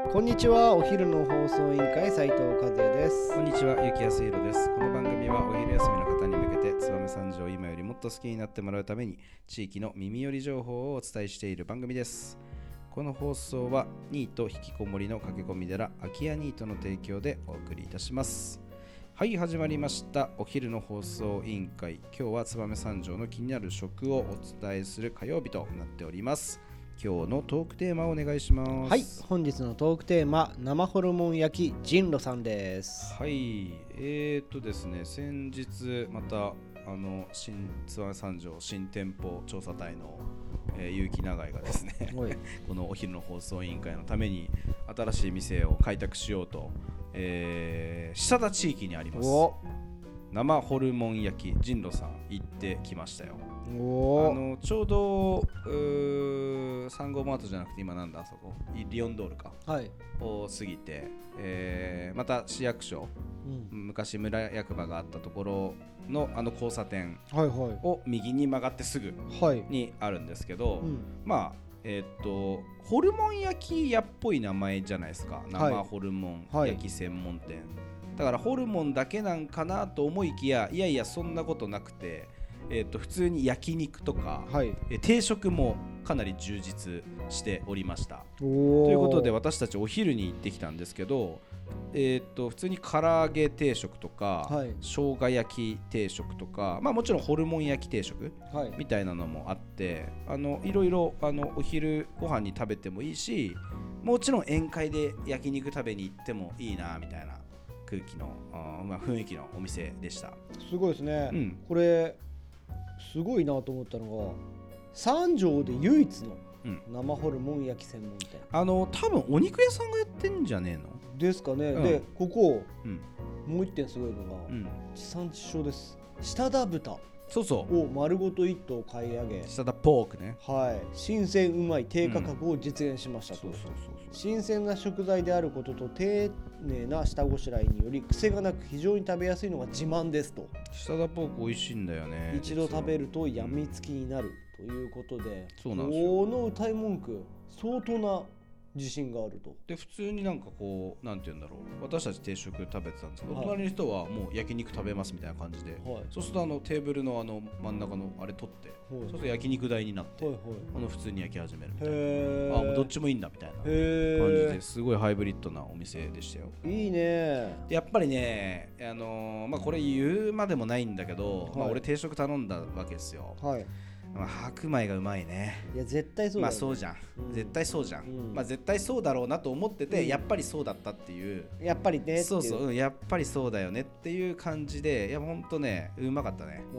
こんにちは。お昼の放送委員会斉藤和也です。 こんにちは、ゆきやすいろです。この番組はお昼休みの方に向けて燕三条を今よりもっと好きになってもらうために地域の耳寄り情報をお伝えしている番組です。この放送はニート引きこもりの駆け込み寺空き家ニートの提供でお送りいたします。はい、始まりましたお昼の放送委員会。今日は燕三条の気になる食をお伝えする火曜日となっております。今日のトークテーマをお願いします。 はい、本日のトークテーマ、生ホルモン焼き神路さんです。 はい、ですね、先日また新燕三条新店舗調査隊の、結城永井がですねこのお昼の放送委員会のために新しい店を開拓しようと、下田地域にあります生ホルモン焼き神路さん行ってきましたよ。ちょうどサンゴマートじゃなくて今なんだあそこリオンドールか、 はい、 を過ぎて、また市役所、昔村役場があったところの交差点を右に曲がってすぐにあるんですけど、まあホルモン焼き屋っぽい名前じゃないですか。生ホルモン焼き専門店、だからホルモンだけなんかなと思いきや、いやいやそんなことなくて、普通に焼肉とか、定食もかなり充実しておりました。ということで私たちお昼に行ってきたんですけど、普通に唐揚げ定食とか、生姜焼き定食とか、もちろんホルモン焼き定食みたいなのもあって、いろいろお昼ご飯に食べてもいいし、もちろん宴会で焼肉食べに行ってもいいなみたいな空気の、雰囲気のお店でした。 すごいですね、これすごいなと思ったのが、三条で唯一の生ホルモン焼き専門店、 多分お肉屋さんがやってんじゃねえのですかね、でここ、もう一点すごいのが、地産地消です。下田豚を丸ごと1頭買い上げ、 下田ポークね、 新鮮うまい低価格を実現しましたと。新鮮な食材であることと丁寧な下ごしらえにより癖がなく非常に食べやすいのが自慢ですと。 下田ポーク美味しいんだよね。 一度食べるとやみつきになるということで、 そうなんですよ。 この歌い文句相当な自信があると。 で普通になんかこうなんて言うんだろう、私たち定食食べてたんですけど、隣の人はもう焼肉食べますみたいな感じで、そうするとテーブルの真ん中のあれ取って、そうすると焼肉台になって、普通に焼き始めるみたいな、もうどっちもいいんだみたいな感じですごいハイブリッドなお店でしたよ。 いいね。 でやっぱりね、これ言うまでもないんだけど、俺定食頼んだわけですよ。白米がうまいね。 いや絶対そうだよね。 そうじゃん、絶対そうじゃん、絶対そうだろうなと思ってて、やっぱりそうだったっていう、 やっぱりね、 そうやっぱりそうだよねっていう感じで、いやほんとねうまかったね。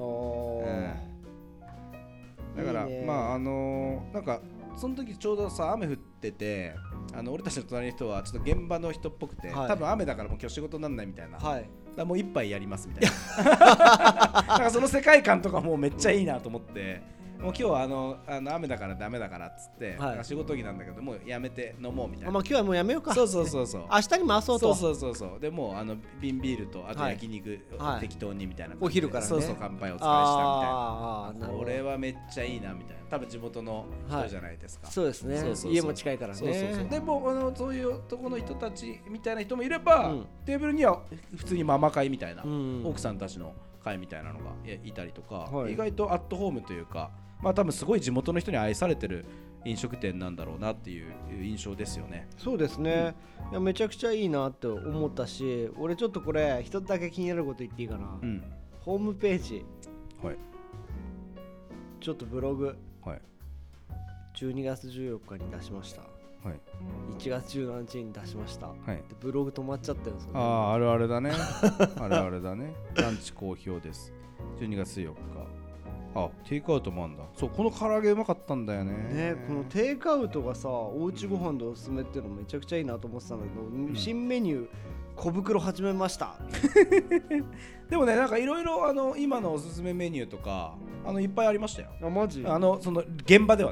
だからいい、なんかその時ちょうどさ雨降ってて、俺たちの隣の人はちょっと現場の人っぽくて、多分雨だからもう今日仕事にならないみたいな、だもう一杯やりますみたいななんかその世界観とかもうめっちゃいいなと思って、もう今日は雨だからダメだからっつって、仕事着なんだけどもうやめて飲もうみたいな、 今日はもうやめようか、 そう明日に回そうと、 そうでもう瓶ビールとあと焼肉適当にみたいな、 お昼からね、 乾杯お疲れしたみたいな、これはめっちゃいいなみたいな、多分地元の人じゃないですか。 そうですね、家も近いからね。 でもそういうとこの人たちみたいな人もいれば、テーブルには普通にママ会みたいな、奥さんたちの会みたいなのがいたりとか、意外とアットホームというか、多分すごい地元の人に愛されてる飲食店なんだろうなっていう印象ですよね。 そうですね、いやめちゃくちゃいいなって思ったし、俺ちょっとこれ一つだけ気になること言っていいかな、ホームページ、ちょっとブログ、12月14日に出しました、1月17日に出しました、でブログ止まっちゃったんですよね。 あるあるだねあるあるだね。ランチ好評です。12月4日。テイクアウトもあんだ。そう、この唐揚げうまかったんだよね。 このテイクアウトがさ、おうちご飯でおすすめっていうのめちゃくちゃいいなと思ってたんだけど、新メニュー小袋始めましたでもね、なんかいろいろ今のおすすめメニューとかいっぱいありましたよ。 マジ？ その現場ではね、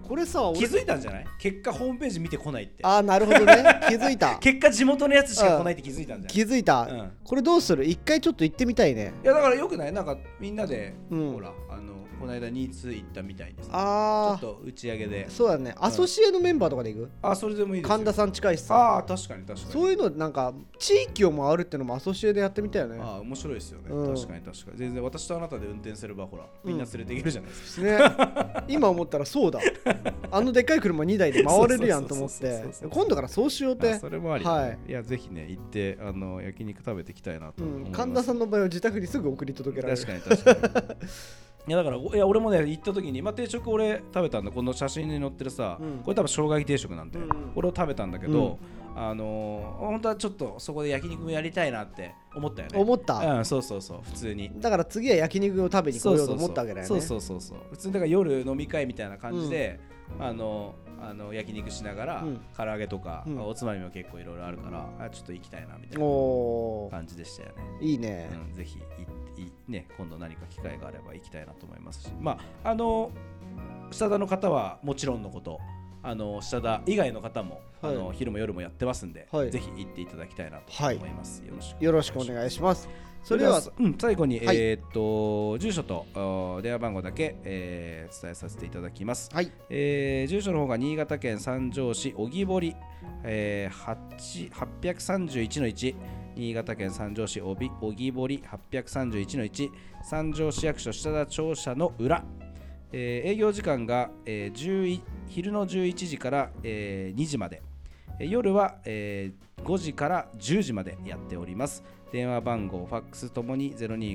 これさ気づいたんじゃない？結果ホームページ見てこないって。 ああなるほどね気づいた結果地元のやつしか来ないって気づいたんじゃない？ 気づいた、これどうする？一回ちょっと行ってみたいね。 いやだからよくない？なんかみんなで、ほらこの間ニーツ行ったみたいです、ね、ちょっと打ち上げで。 そうだね、アソシエのメンバーとかで行く？ それでもいいですよ。 神田さん近いしさ。 確かにそういうのなんか地域を回るってのもアソシエでやってみたいよね。 面白いですよね、確かに全然私とあなたで運転すればほらみんな連れていけるじゃないですか、 ね今思ったらそうだでっかい車2台で回れるやんと思って今度からそうしようって。 それもあり、いやぜひね行って焼肉食べてきたいなと思います。 神田さんの場合は自宅にすぐ送り届けられる。 確かにいやだから俺もね行った時に、定食俺食べたんだ。この写真に載ってるさ、これ多分生姜焼き定食なんで、これを食べたんだけど、本当はちょっとそこで焼肉もやりたいなって思ったよね。 思った？ そう普通に。 だから次は焼肉を食べに来ようと思ったわけだよね。 そう普通にだから夜飲み会みたいな感じで、焼肉しながら、唐揚げとか、おつまみも結構いろいろあるからちょっと行きたいなみたいな感じでしたよね。 いいね、 ぜひね、今度何か機会があれば行きたいなと思いますし、下田の方はもちろんのこと下田以外の方も、昼も夜もやってますんで、ぜひ行っていただきたいなと思います、 よろしくお願いします。 それでは、最後に、住所と電話番号だけ、伝えさせていただきます、住所の方が新潟県三条市荻堀、831-1、新潟県三条市荻堀 831-1、三条市役所下田庁舎の裏、営業時間が、昼の11時から、2時まで、夜は、5時から10時までやっております。電話番号、ファックスともに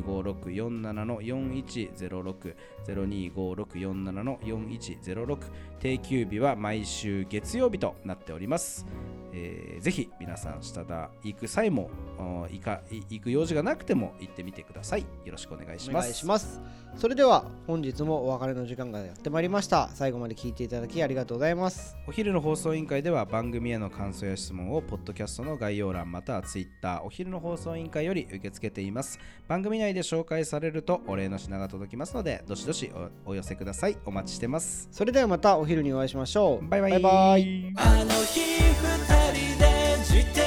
025647-4106 025647-4106、定休日は毎週月曜日となっております。ぜひ皆さん下田行く際も行く用事がなくても行ってみてください。よろしくお願いします。 それでは本日もお別れの時間がやってまいりました。最後まで聞いていただきありがとうございます。 お昼の放送委員会では番組への感想や質問をポッドキャストの概要欄またはツイッターお昼の放送委員会より受け付けています。番組内で紹介されるとお礼の品が届きますのでどしどし お寄せください。お待ちしてます。 それではまたお昼にお会いしましょう。 バイバイ。 バイバイ。あの日二人で自転